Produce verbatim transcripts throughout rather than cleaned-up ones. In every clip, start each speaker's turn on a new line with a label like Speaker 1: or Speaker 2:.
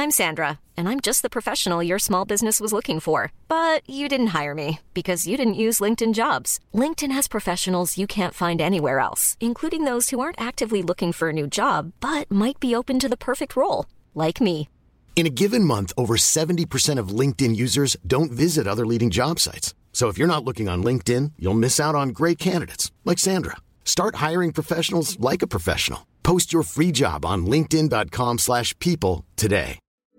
Speaker 1: I'm Sandra, and I'm just the professional your small business was looking for. But you didn't hire me because you didn't use LinkedIn Jobs. LinkedIn has professionals you can't find anywhere else, including those who aren't actively looking for a new job, but might be open to the perfect role, like me.
Speaker 2: In a given month, over seventy percent of LinkedIn users don't visit other leading job sites. So if you're not looking on LinkedIn, you'll miss out on great candidates like Sandra. Start hiring professionals like a professional. Post your free job on linkedin dot com slash people today.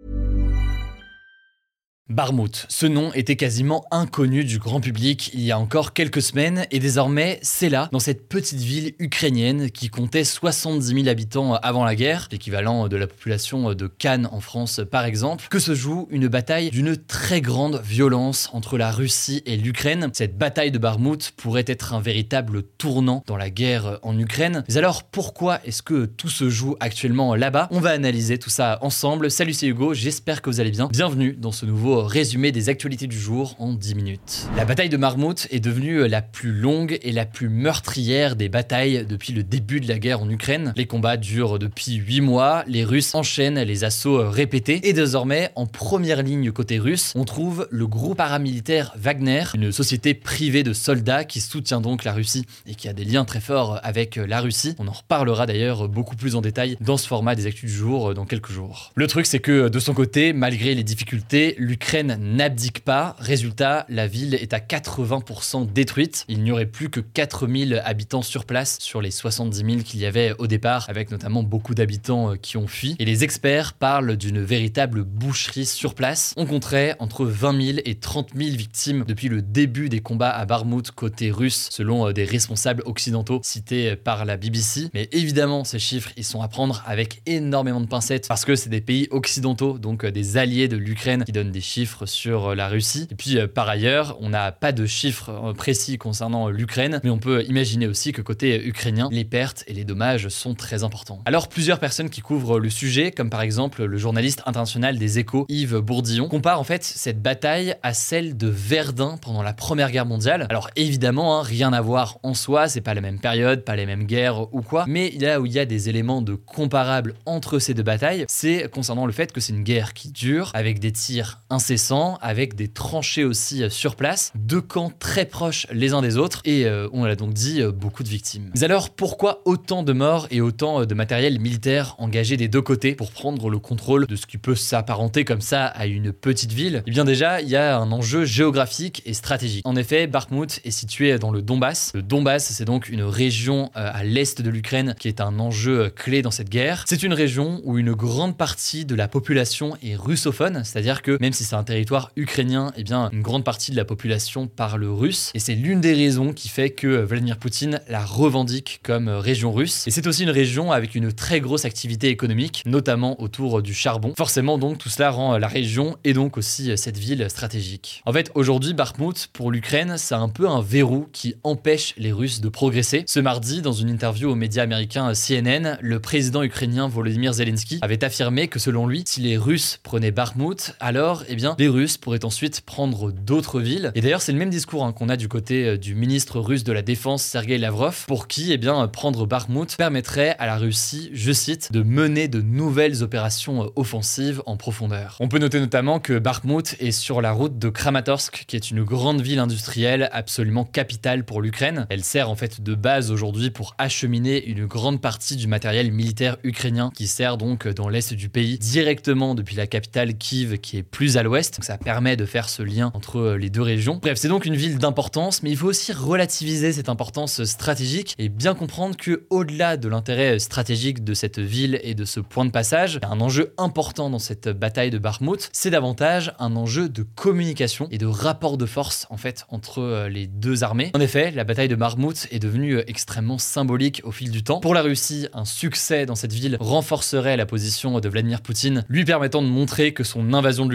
Speaker 3: Barmout, ce nom était quasiment inconnu du grand public il y a encore quelques semaines et désormais c'est là, dans cette petite ville ukrainienne qui comptait soixante-dix mille habitants avant la guerre, l'équivalent de la population de Cannes en France par exemple, que se joue une bataille d'une très grande violence entre la Russie et l'Ukraine. Cette bataille de Barmout pourrait être un véritable tournant dans la guerre en Ukraine. Mais alors pourquoi est-ce que tout se joue actuellement là-bas? On va analyser tout ça ensemble. Salut, c'est Hugo, j'espère que vous allez bien. Bienvenue dans ce nouveau résumé des actualités du jour en dix minutes. La bataille de Barmout est devenue la plus longue et la plus meurtrière des batailles depuis le début de la guerre en Ukraine. Les combats durent depuis huit mois, les Russes enchaînent les assauts répétés et désormais, en première ligne côté russe, on trouve le groupe paramilitaire Wagner, une société privée de soldats qui soutient donc la Russie et qui a des liens très forts avec la Russie. On en reparlera d'ailleurs beaucoup plus en détail dans ce format des actus du jour dans quelques jours. Le truc, c'est que de son côté, malgré les difficultés, l'Ukraine n'abdique pas. Résultat, la ville est à quatre-vingts pour cent détruite. Il n'y aurait plus que quatre mille habitants sur place sur les soixante-dix mille qu'il y avait au départ, avec notamment beaucoup d'habitants qui ont fui. Et les experts parlent d'une véritable boucherie sur place. On compterait entre vingt mille et trente mille victimes depuis le début des combats à Barmout côté russe, selon des responsables occidentaux cités par la B B C. Mais évidemment, ces chiffres, ils sont à prendre avec énormément de pincettes parce que c'est des pays occidentaux, donc des alliés de l'Ukraine, qui donnent des chiffres sur la Russie. Et puis euh, par ailleurs, on n'a pas de chiffres précis concernant l'Ukraine, mais on peut imaginer aussi que côté ukrainien, les pertes et les dommages sont très importants. Alors plusieurs personnes qui couvrent le sujet, comme par exemple le journaliste international des Échos, Yves Bourdillon, comparent en fait cette bataille à celle de Verdun pendant la Première Guerre mondiale. Alors évidemment, hein, rien à voir en soi, c'est pas la même période, pas les mêmes guerres ou quoi, mais là où il y a des éléments de comparables entre ces deux batailles, c'est concernant le fait que c'est une guerre qui dure, avec des tirs incessant, avec des tranchées aussi sur place, deux camps très proches les uns des autres, et euh, on l'a donc dit, euh, beaucoup de victimes. Mais alors pourquoi autant de morts et autant de matériel militaire engagé des deux côtés pour prendre le contrôle de ce qui peut s'apparenter comme ça à une petite ville? Eh bien déjà, il y a un enjeu géographique et stratégique. En effet, Barmout est situé dans le Donbass. Le Donbass, c'est donc une région euh, à l'est de l'Ukraine qui est un enjeu clé dans cette guerre. C'est une région où une grande partie de la population est russophone, c'est-à-dire que même si c'est un territoire ukrainien, eh bien, une grande partie de la population parle russe. Et c'est l'une des raisons qui fait que Vladimir Poutine la revendique comme région russe. Et c'est aussi une région avec une très grosse activité économique, notamment autour du charbon. Forcément, donc, tout cela rend la région et donc aussi cette ville stratégique. En fait, aujourd'hui, Barmout, pour l'Ukraine, c'est un peu un verrou qui empêche les Russes de progresser. Ce mardi, dans une interview aux médias américains C N N, le président ukrainien Volodymyr Zelensky avait affirmé que selon lui, si les Russes prenaient Barmout, alors, eh bien, les Russes pourraient ensuite prendre d'autres villes. Et d'ailleurs, c'est le même discours hein, qu'on a du côté du ministre russe de la Défense, Sergei Lavrov, pour qui, eh bien, prendre Barmout permettrait à la Russie, je cite, de mener de nouvelles opérations offensives en profondeur. On peut noter notamment que Barmout est sur la route de Kramatorsk, qui est une grande ville industrielle absolument capitale pour l'Ukraine. Elle sert en fait de base aujourd'hui pour acheminer une grande partie du matériel militaire ukrainien qui sert donc dans l'est du pays directement depuis la capitale Kiev qui est plus à l'ouest. Donc ça permet de faire ce lien entre les deux régions. Bref, c'est donc une ville d'importance, mais il faut aussi relativiser cette importance stratégique et bien comprendre que au-delà de l'intérêt stratégique de cette ville et de ce point de passage, il y a un enjeu important dans cette bataille de Barmout, c'est davantage un enjeu de communication et de rapport de force en fait entre les deux armées. En effet, la bataille de Barmout est devenue extrêmement symbolique au fil du temps. Pour la Russie, un succès dans cette ville renforcerait la position de Vladimir Poutine, lui permettant de montrer que son invasion de l'Ukraine,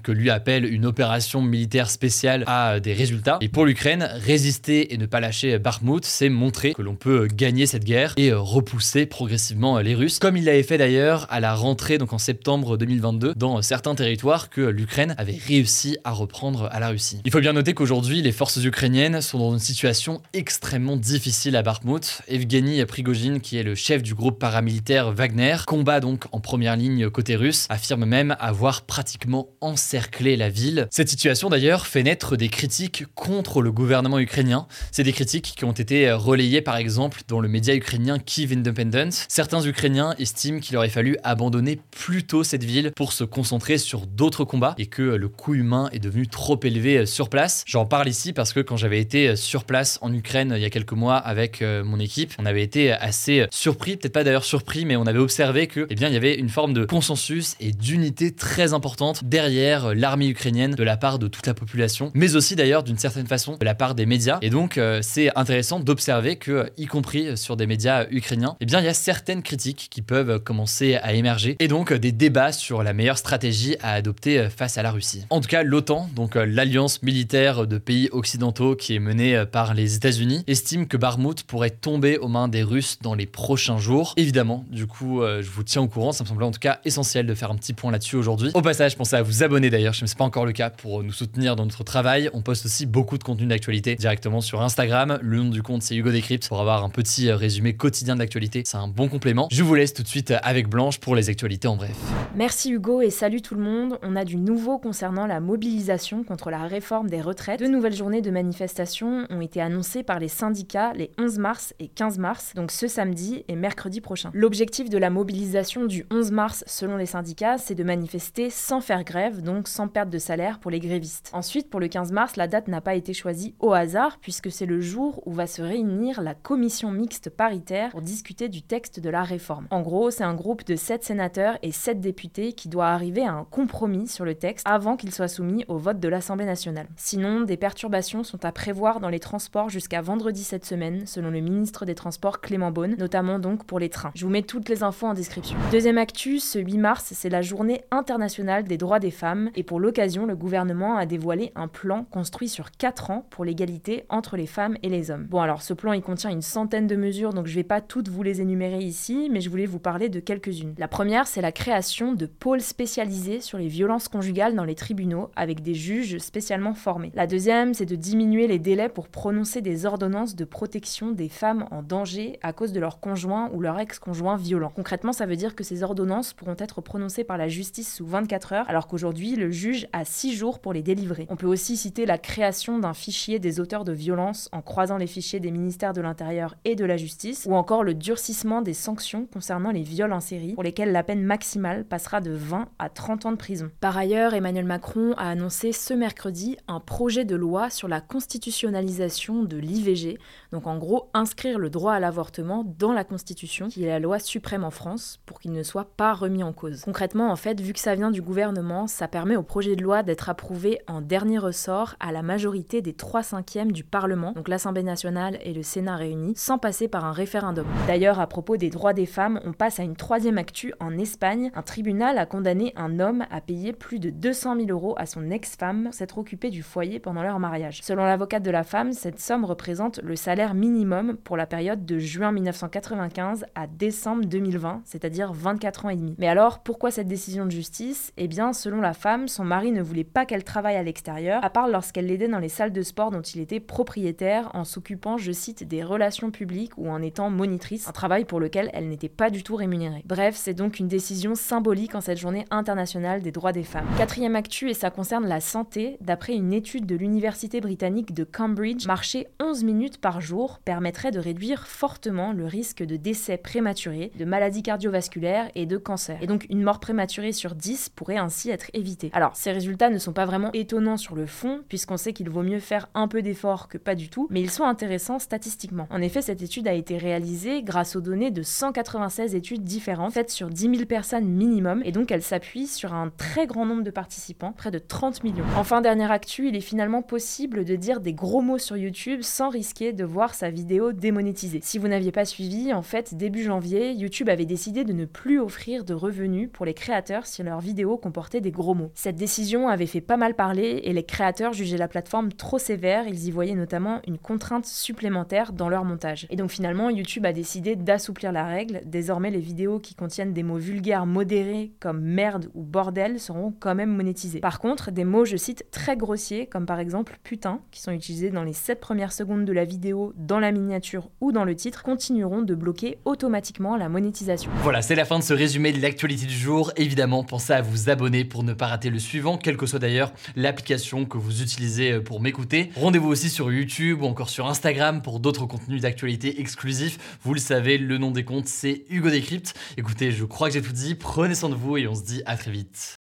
Speaker 3: que lui appelle une opération militaire spéciale, a des résultats. Et pour l'Ukraine, résister et ne pas lâcher Bakhmout, c'est montrer que l'on peut gagner cette guerre et repousser progressivement les Russes, comme il l'avait fait d'ailleurs à la rentrée, donc en septembre deux mille vingt-deux, dans certains territoires que l'Ukraine avait réussi à reprendre à la Russie. Il faut bien noter qu'aujourd'hui, les forces ukrainiennes sont dans une situation extrêmement difficile à Bakhmout. Evgeny Prigojine, qui est le chef du groupe paramilitaire Wagner, combat donc en première ligne côté russe, affirme même avoir pratiquement encerclé la ville. Cette situation d'ailleurs fait naître des critiques contre le gouvernement ukrainien. C'est des critiques qui ont été relayées par exemple dans le média ukrainien Kyiv Independent. Certains Ukrainiens estiment qu'il aurait fallu abandonner plus tôt cette ville pour se concentrer sur d'autres combats et que le coût humain est devenu trop élevé sur place. J'en parle ici parce que quand j'avais été sur place en Ukraine il y a quelques mois avec mon équipe, on avait été assez surpris, peut-être pas d'ailleurs surpris, mais on avait observé que, eh bien, il y avait une forme de consensus et d'unité très importante derrière l'armée ukrainienne de la part de toute la population, mais aussi d'ailleurs d'une certaine façon de la part des médias. Et donc euh, c'est intéressant d'observer que, y compris sur des médias ukrainiens, eh bien il y a certaines critiques qui peuvent commencer à émerger et donc des débats sur la meilleure stratégie à adopter face à la Russie. En tout cas, l'OTAN, donc l'alliance militaire de pays occidentaux qui est menée par les États-Unis, estime que Bakhmout pourrait tomber aux mains des Russes dans les prochains jours. Évidemment, du coup, euh, je vous tiens au courant, ça me semblait en tout cas essentiel de faire un petit point là-dessus aujourd'hui. Au passage, pensez à vous abonner d'ailleurs, je ne sais pas encore le cas, pour nous soutenir dans notre travail. On poste aussi beaucoup de contenu d'actualité directement sur Instagram. Le nom du compte, c'est Hugo Décrypte, pour avoir un petit résumé quotidien de l'actualité. C'est un bon complément. Je vous laisse tout de suite avec Blanche pour les actualités en bref.
Speaker 4: Merci Hugo et salut tout le monde. On a du nouveau concernant la mobilisation contre la réforme des retraites. Deux nouvelles journées de manifestation ont été annoncées par les syndicats les onze mars et quinze mars, donc ce samedi et mercredi prochain. L'objectif de la mobilisation du onze mars, selon les syndicats, c'est de manifester sans faire grève, donc sans perte de salaire pour les grévistes. Ensuite, pour le quinze mars, la date n'a pas été choisie au hasard, puisque c'est le jour où va se réunir la commission mixte paritaire pour discuter du texte de la réforme. En gros, c'est un groupe de sept sénateurs et sept députés qui doit arriver à un compromis sur le texte avant qu'il soit soumis au vote de l'Assemblée nationale. Sinon, des perturbations sont à prévoir dans les transports jusqu'à vendredi cette semaine, selon le ministre des Transports Clément Beaune, notamment donc pour les trains. Je vous mets toutes les infos en description. Deuxième actu, ce huit mars, c'est la journée internationale des droits des femmes et pour l'occasion, le gouvernement a dévoilé un plan construit sur quatre ans pour l'égalité entre les femmes et les hommes. Bon alors ce plan il contient une centaine de mesures donc je vais pas toutes vous les énumérer ici mais je voulais vous parler de quelques-unes. La première c'est la création de pôles spécialisés sur les violences conjugales dans les tribunaux avec des juges spécialement formés. La deuxième c'est de diminuer les délais pour prononcer des ordonnances de protection des femmes en danger à cause de leur conjoint ou leur ex-conjoint violent. Concrètement ça veut dire que ces ordonnances pourront être prononcées par la justice sous vingt-quatre heures alors qu'aujourd'hui le juge a six jours pour les délivrer. On peut aussi citer la création d'un fichier des auteurs de violences en croisant les fichiers des ministères de l'Intérieur et de la Justice, ou encore le durcissement des sanctions concernant les viols en série, pour lesquels la peine maximale passera de vingt à trente ans de prison. Par ailleurs, Emmanuel Macron a annoncé ce mercredi un projet de loi sur la constitutionnalisation de l'I V G, donc en gros inscrire le droit à l'avortement dans la Constitution, qui est la loi suprême en France, pour qu'il ne soit pas remis en cause. Concrètement, en fait, vu que ça vient du gouvernement, ça permet au projet de loi d'être approuvé en dernier ressort à la majorité des trois cinquièmes du Parlement, donc l'Assemblée nationale et le Sénat réunis, sans passer par un référendum. D'ailleurs, à propos des droits des femmes, on passe à une troisième actu en Espagne. Un tribunal a condamné un homme à payer plus de deux cent mille euros à son ex-femme pour s'être occupé du foyer pendant leur mariage. Selon l'avocate de la femme, cette somme représente le salaire minimum pour la période de juin mille neuf cent quatre-vingt-quinze à décembre deux mille vingt, c'est-à-dire vingt-quatre ans et demi. Mais alors, pourquoi cette décision de justice ? Eh bien, selon la femme, son mari ne voulait pas qu'elle travaille à l'extérieur, à part lorsqu'elle l'aidait dans les salles de sport dont il était propriétaire en s'occupant, je cite, des relations publiques ou en étant monitrice, un travail pour lequel elle n'était pas du tout rémunérée. Bref, c'est donc une décision symbolique en cette journée internationale des droits des femmes. Quatrième actu, et ça concerne la santé. D'après une étude de l'université britannique de Cambridge, marcher onze minutes par jour permettrait de réduire fortement le risque de décès prématuré, de maladies cardiovasculaires et de cancer. Et donc une mort prématurée sur dix pourrait ainsi être évitée. Alors, ces résultats ne sont pas vraiment étonnants sur le fond, puisqu'on sait qu'il vaut mieux faire un peu d'effort que pas du tout, mais ils sont intéressants statistiquement. En effet, cette étude a été réalisée grâce aux données de cent quatre-vingt-seize études différentes, faites sur dix mille personnes minimum, et donc elle s'appuie sur un très grand nombre de participants, près de trente millions. Enfin, dernière actu, il est finalement possible de dire des gros mots sur YouTube sans risquer de voir sa vidéo démonétisée. Si vous n'aviez pas suivi, en fait, début janvier, YouTube avait décidé de ne plus offrir de revenus pour les créateurs si leurs vidéos comportaient des gros mots. mots. Cette décision avait fait pas mal parler et les créateurs jugeaient la plateforme trop sévère, ils y voyaient notamment une contrainte supplémentaire dans leur montage. Et donc finalement, YouTube a décidé d'assouplir la règle. Désormais, les vidéos qui contiennent des mots vulgaires modérés comme merde ou bordel seront quand même monétisées. Par contre, des mots, je cite, très grossiers, comme par exemple putain, qui sont utilisés dans les sept premières secondes de la vidéo, dans la miniature ou dans le titre, continueront de bloquer automatiquement la monétisation.
Speaker 3: Voilà, c'est la fin de ce résumé de l'actualité du jour. Évidemment, pensez à vous abonner pour ne pas rater le suivant, quelle que soit d'ailleurs l'application que vous utilisez pour m'écouter. Rendez-vous aussi sur YouTube ou encore sur Instagram pour d'autres contenus d'actualité exclusifs. Vous le savez, le nom des comptes, c'est Hugo Décrypte. Écoutez, je crois que j'ai tout dit. Prenez soin de vous et on se dit à très vite.